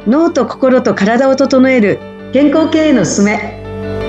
脳と心と体を整える健康経営のすすめ。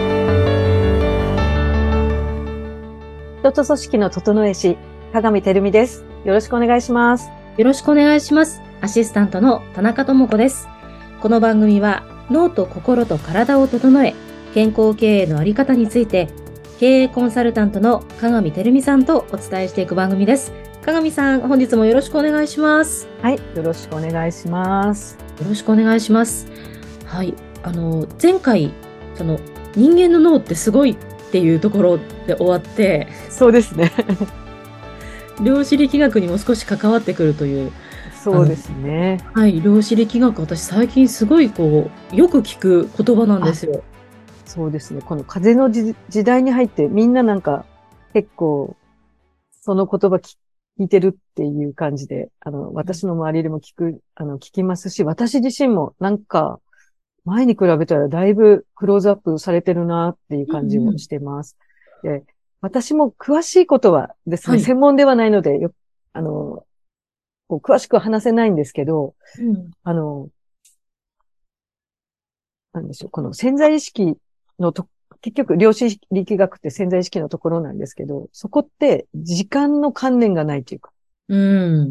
人と組織の整え師、加賀見照美です。よろしくお願いします。 よろしくお願いします。アシスタントの田中智子です。この番組は脳と心と体を整え、健康経営のあり方について、経営コンサルタントの加賀見照美さんとお伝えしていく番組です。加賀見さん、本日もよろしくお願いします。 はい、よろしくお願いします。 よろしくお願いします。はい、前回、人間の脳ってすごいっていうところで終わって、 そうですね。 量子力学にも少し関わってくるという。 そうですね。 はい、量子力学、私最近すごいよく聞く言葉なんですよ。 そうですね。この風の時代に入ってみんななんか結構その言葉聞いてるっていう感じで、私の周りでも聞きますし、私自身もなんか前に比べたらだいぶクローズアップされてるなっていう感じをしてます。で、私も詳しいことはですね、 はい。 専門ではないので、詳しくは話せないんですけど、 うん。 あの、なんでしょう、この潜在意識の結局、量子力学って潜在意識のところなんですけど、そこって時間の観念がないというか、 うん。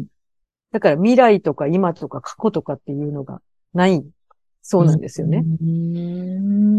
だから未来とか今とか過去とかっていうのがないそうなんですよね。 うん。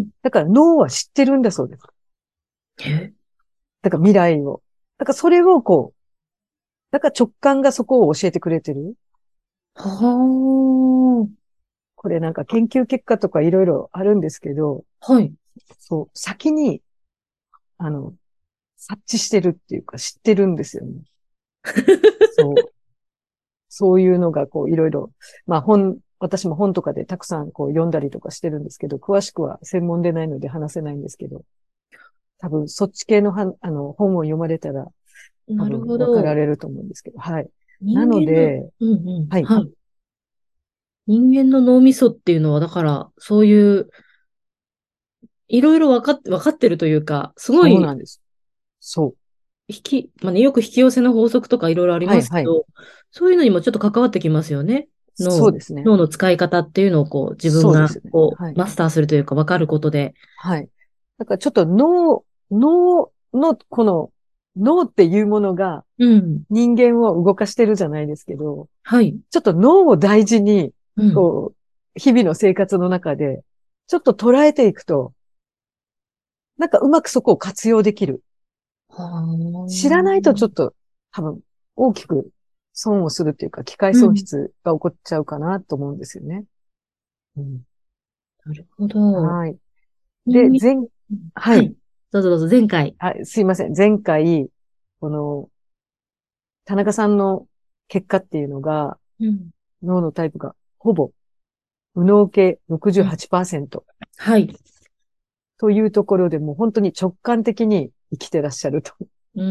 だから脳は知ってるんだそうです。 えだから未来を。だからそれをだから直感がそこを教えてくれてる。 はあ。 これなんか研究結果とかいろいろあるんですけど、 はい。 そう、先に、あの、察知してるっていうか知ってるんですよね。そう。そういうのがいろいろ、まあ私も本とかでたくさん読んだりとかしてるんですけど、詳しくは専門でないので話せないんですけど、多分そっち系の本を読まれたら多なる分分からほど。 れると思うんですけど、はい。な人間の、 ので、 うんうん。 はい。 はい。人間の脳みそっていうのは、だから、そういう、いろいろわかってるというか、すごい、 そうなんです。そう。 まあね、よく引き寄せの法則とかいろいろありはい、はい。 ますけど、そういうのにもちょっと関わってきますよね。 そうですね。 脳の使い方っていうのを自分がそうですね。はい。 マスターするというか分かることで。 はい。だからちょっと脳の、脳っていうものがうん。 人間を動かしてるじゃないですけど、 はい。 ちょっと脳を大事に、 うん。 日々の生活の中で、ちょっと捉えていくと、なんかうまくそこを活用できる。 は知らないとちょっあ。 と多分大きく損をするっていうか、機械うん。 損失が起こっちゃうかなと思うんですよね。うん、 なるほど。 はい。で、 人間、 はい。 はい。どうぞどうぞ、前回。 すいません。前回、この、田中さんの結果っていうのが、 うん。 脳のタイプがほぼ右脳系うん。 68% はい。 というところでもう本当に直感的に生きてらっしゃるとうん。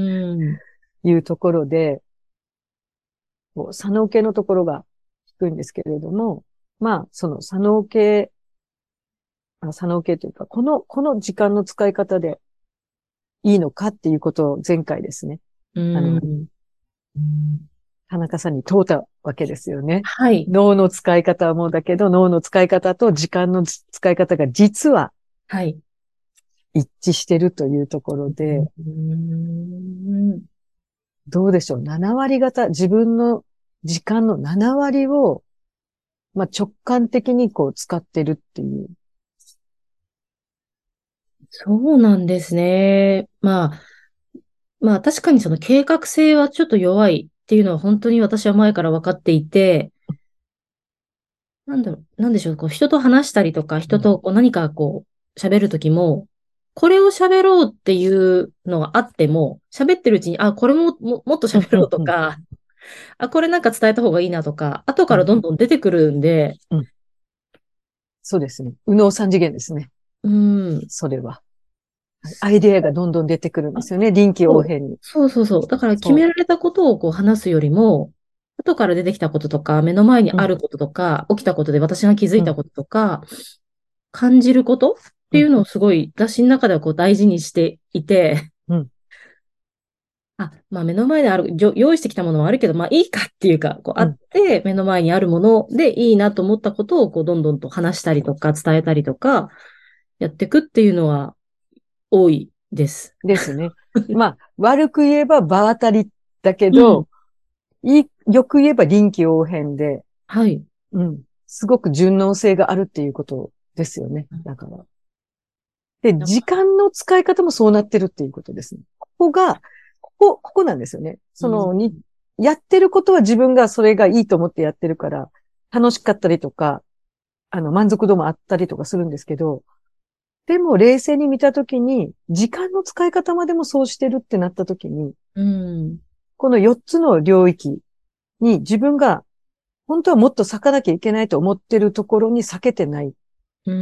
いうところで、左脳系のところが低いんですけれども、まあ、その左脳系というか、この時間の使い方でいいのかっていうことを前回ですね、 うあの、 ん。 田中さんに問うたわけですよね。 はい。 脳の使い方はもうだけど、脳の使い方と時間の使い方が実ははい。 一致してるというところで、 うん。 どうでしょう。7割方、自分の時間の7割を、まあ、直感的に使ってるっていう。 そうなんですね。まあ確かにその計画性はちょっと弱いっていうのは本当に私は前から分かっていて、なんでしょう、人と話したりとか、 うん、 人と何か喋るときも、これを喋ろうっていうのがあっても、喋ってるうちに、あ、これもっとうん、 喋ろううん、うん。 とか、あ、これなんか伝えた方がいいなとか、後からうん、 どんどん出てくるんで、 うん。そうですね。右脳三次元ですね。 うん。 それは。はい、アイデアがどんどん出てくるんであ、 すよね。臨機応変に。 そう。だから決めそられたことを話すよりも、後から出てきたこととか、目の前にう。うん、 あることとか、起きたことで私が気づうん、 いたこととか、感じることってうん、 いうのをすごい私の中では大事にしていて、 うん。 まあ目の前である、用意してきたものはあるけど、まあいいかっていうか、こうあっうん。 て目の前にあるものでいいなと思ったことをこうどんどんと話したりとか伝えたりとかやっていくっていうのは多いです。 ですね。まあ、悪く言えば場当たりだけうん。 ど、よく言えば臨機応変で、 はい。 うん。すごく順応性があるっていうことですよね。だから。で、時間の使い方もそうなってるっていうことですね。ここなんですよね。 うん。 やってることは自分がそれがいいと思ってやってるから、楽しかったりとか、満足度もあったりとかするんですけど、でも冷静に見たときに、時間の使い方までもそうしてるってなったときに、 うん。 この4つの領域に自分が本当はもっと咲かなきゃいけないと思ってるところに咲けてない。 うん。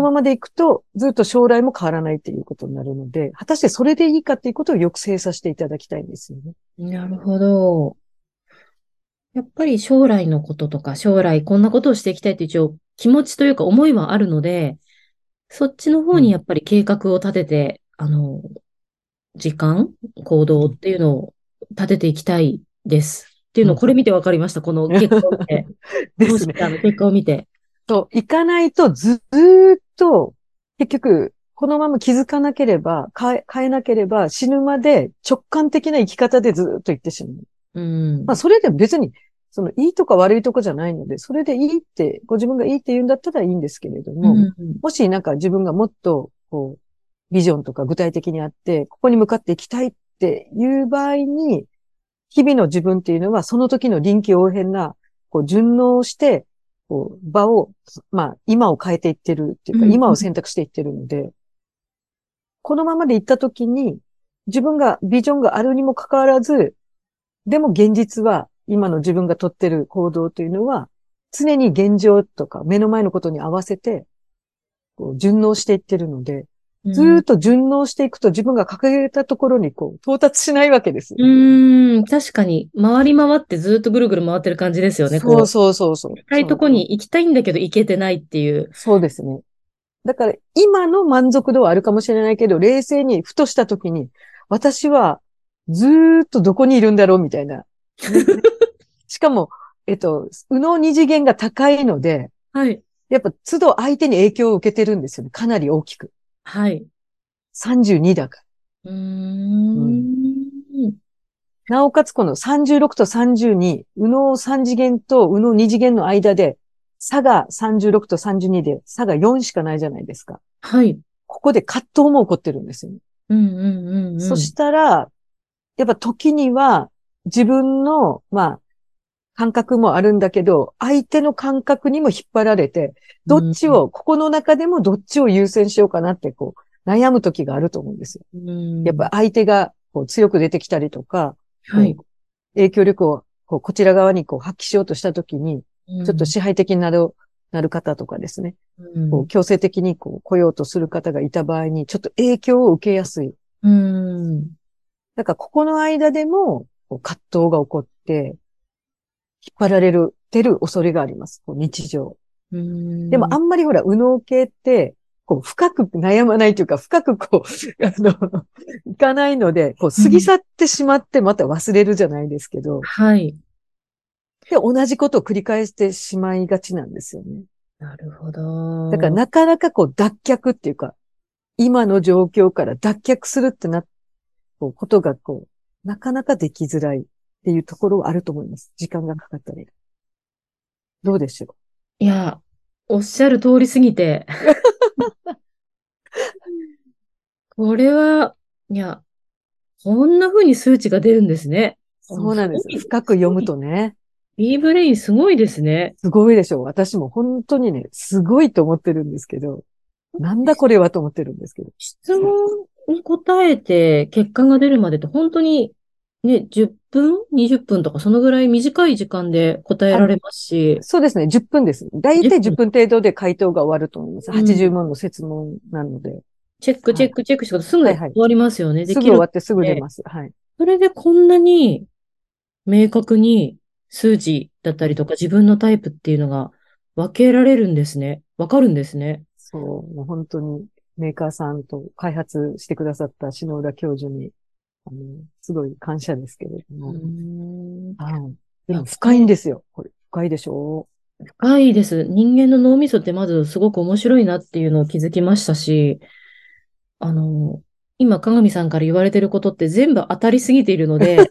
このままでいくと、ずっと将来も変わらないっていうことになるので、果たしてそれでいいかっていうことを抑制させていただきたいんですよね。 なるほど。やっぱり将来のこととか、将来こんなことをしていきたいって一応気持ちというか思いはあるので、そっちの方うん。 にやっぱり計画を立てて、時間、行動っていうのを立てていきたいです。っていうのを、 うん。 これ見て分かりました。この結果を見て。 ですね。 投資家の結果を見て。 行かないとずーっと、結局、このまま気づかなければ、変えなければ、死ぬまで直感的な生き方でずーっと言ってしまう。 うまあ、 ん。 それで別に、いいとか悪いとかじゃないので、それでいいって、ご自分がいいって言うんだったらいいんですけれども、 うん。 もしなんか自分がもっと、ビジョンとか具体的にあって、ここに向かっていきたいっていう場合に、日々の自分っていうのは、その時の臨機応変な、順応して、場を、まあ、今を変えていってるっていうか、 うん。 今を選択していってるので、このままで行った時に、自分がビジョンがあるにもかかわらず、でも現実は、今の自分が取ってる行動というのは、常に現状とか目の前のことに合わせて、順応していってるので、 うん。 ずーっと順応していくと自分が掲げたところに到達しないわけですよ。 確かに、回り回ってずっとぐるぐる回ってる感じですよね。こう、 そうそうそうそう。 行きたいとこに行きたいんだけど行けてないっていう。 そうですね。だから今の満足度はあるかもしれないけど、冷静にふとした時に、私はずーっとどこにいるんだろうみたいな。ね。しかも、右脳二次元が高いので、 はい。 やっぱ都度相手に影響を受けてるんですよね。かなり大きく。 はい。 32だから。 うーうん。 ん。 なおかつこの36と32、右脳3次元と右脳2次元の間で、差が36と32で、差が4しかないじゃないですか。 はい。 ここで葛藤も起こってるんですよね。 うんうんうんそしうん。 たら、やっぱ時には自分の、まあ、感覚もあるんだけど、相手の感覚にも引っ張られて、 うんここの中でもどっちを優先しようかなって悩む時があると思うんですよ。 うやっぱん。 相手が強く出てきたりとか、 はい。 影響力をこちら側に発揮しようとした時に、ちょっとうん。 支配的になる方とかですね、 うん。 強制的に来ようとする方がいた場合に、ちょっと影響を受けやすい。 うん。 だからここの間でも、葛藤が起こって、引っ張られてる恐れがあります。日常。 うでもん。 あんまりほら、右脳系って、深く悩まないというか、深くいかないので、過ぎ去ってしまってまた忘れるじゃないですけど、 はい。 で、同じことを繰り返してしまいがちなんですよね。 なるほど。 だからなかなか脱却っていうか、今の状況から脱却するってことがなかなかできづらいっていうところはあると思います。時間がかかったり。どうでしょいや、おっしゃる通りすぎて、これは、いや、こんな風に数値が出るんですね。すそうなんです。 ごい、 深く読むすごい。 とね、 B ブレインすごいですね。 すごいでしょう。私も本当にね、すごいと思ってるんですけど、なんだこれはと思ってるんですけど。 質問に答えて結果が出るまでって本当にね、10分 ?20 分とかそのぐらい短い時間で答えあ、 られますし、 そうですね。10分です。だいた 10 い10 分。 分程度で回答が終わると思います。 うん。 80問の設問なので。 チェック、チはい。 ェック、チェックしてからすぐはいはい。 終わりますよね。ですきるぐ終わってすので、 ぐ出ます。はい。 それでこんなに明確に数字だったりとか自分のタイプっていうのが分けられるんですね。分かるんですね。 そう、もう本当にメーカーさんと開発してくださった篠浦教授にすごい感謝ですけれども。はい。 いでもや、 深いんですよ。これ、深いでしょ深いです。人間の脳みそってまずすごく面白いなっていうのを気づきましたし、あの、今、鏡さんから言われてることって全部当たりすぎているので、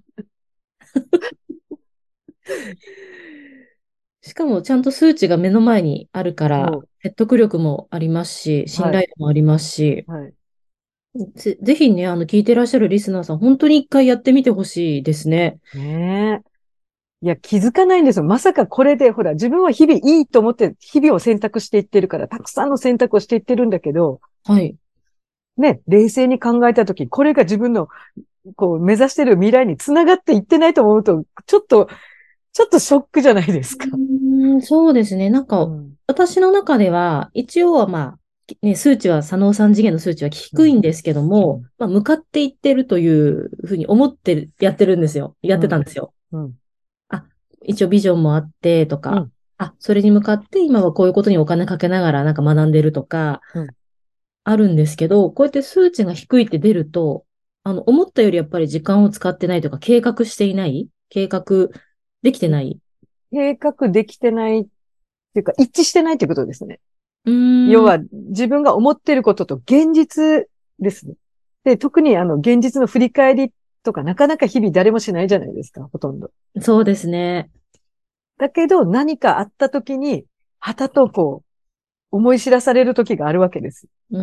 しかもちゃんと数値が目の前にあるから、 そ説得力もありますし、 う。はい。 信頼度もありますし、 はい。 ぜひね、聞いてらっしゃるリスナーさん、本当に一回やってみてほしいですね。 ねえ。いや、気づかないんですよ。まさかこれで、ほら、自分は日々いいと思って、日々を選択していってるから、たくさんの選択をしていってるんだけど、 はい。 ね、冷静に考えたとき、これが自分の、こう、目指してる未来につながっていってないと思うと、ちょっとショックじゃないですか。 そうですね。なんか、 うん。 私の中では、一応はまあ、ね、数値は、左脳三次元の数値はうん。 低いんですけども、 うん。 まあ、向かっていってるというふうに思ってやってるんですよ。やってたんうん。 ですよ。 うん。 あ、一応ビジョンもあってとか、 うん。 それに向かって今はこういうことにお金かけながらなんか学んでるとか、 うん。 あるんですけど、こうやって数値が低いって出ると、思ったよりやっぱり時間を使ってないとか、計画していない、計画できてない。 計画できてないっていうか、一致してないってことですね。 うーん、 要は、自分が思ってることと現実ですね。で、特に現実の振り返りとか、なかなか日々誰もしないじゃないですか、ほとんど。 そうですね。 だけど、何かあった時に、はたとこう、思い知らされる時があるわけです。 うん、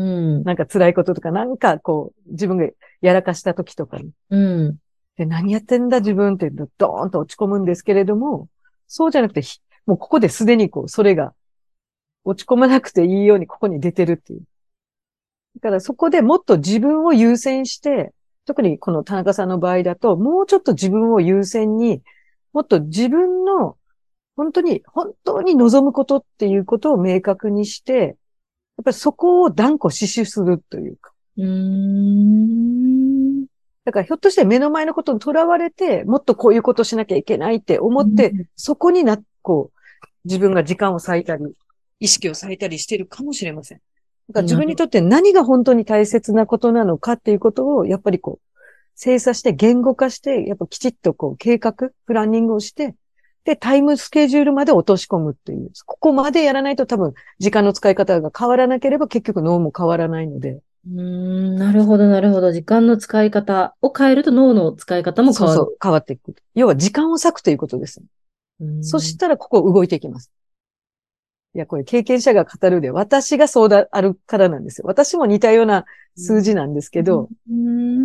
なんか辛いこととか、なんかこう、自分がやらかした時とかに。 うん、 で、何やってんだ自分ってドーンと落ち込むんですけれども、そうじゃなくて、もうここですでにこう、それが落ち込まなくていいようにここに出てるっていう。だからそこでもっと自分を優先して、特にこの田中さんの場合だと、もうちょっと自分を優先に、もっと自分の本当に望むことっていうことを明確にして、やっぱりそこを断固死守するというか。 うーん、 だからひょっとして目の前のことにとらわれて、もっとこういうことしなきゃいけないって思って、そこにこう、自分が時間を割いたり、意識を割いたりしているかもしれません。だから自分にとって何が本当に大切なことなのかっていうことを、やっぱりこう、精査して言語化して、やっぱきちっとこう、計画、プランニングをして、で、タイムスケジュールまで落とし込むっていう。ここまでやらないと多分、時間の使い方が変わらなければ結局脳も変わらないので。 なるほど、なるほど。時間の使い方を変えると脳の使い方も変わる。 そうそう、変わっていく。要は時間を割くということです。 うーそん、 したらここ動いていきます。いや、これ経験者が語るで、私がそうだ、あるからなんですよ。私も似たような数字なんですけど、 うん、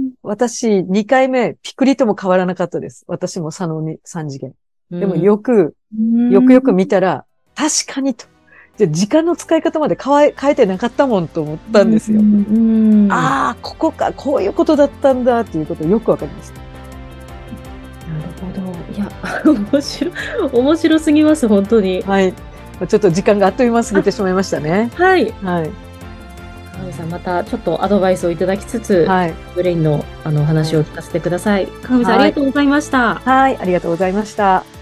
私2回目、ピクリとも変わらなかったです。私も左脳に3次元。でもうん、 よく見たら、確かにと。じゃあ時間の使い方まで変えてなかったもんと思ったんですよ。ああ、ここか、こういうことだったんだっていうことよくわかりました。 なるほど。いや、面白すぎます、本当に。 はい。ちょっと時間があっという間過ぎてしまいましたね。 はい。 はい。 鏡さん、またちょっとアドバイスをいただきつつ、 はい。 ブレインの、話を聞かせてください。鏡さん、ありはい。 がとうございました。 はい。ありがとうございました。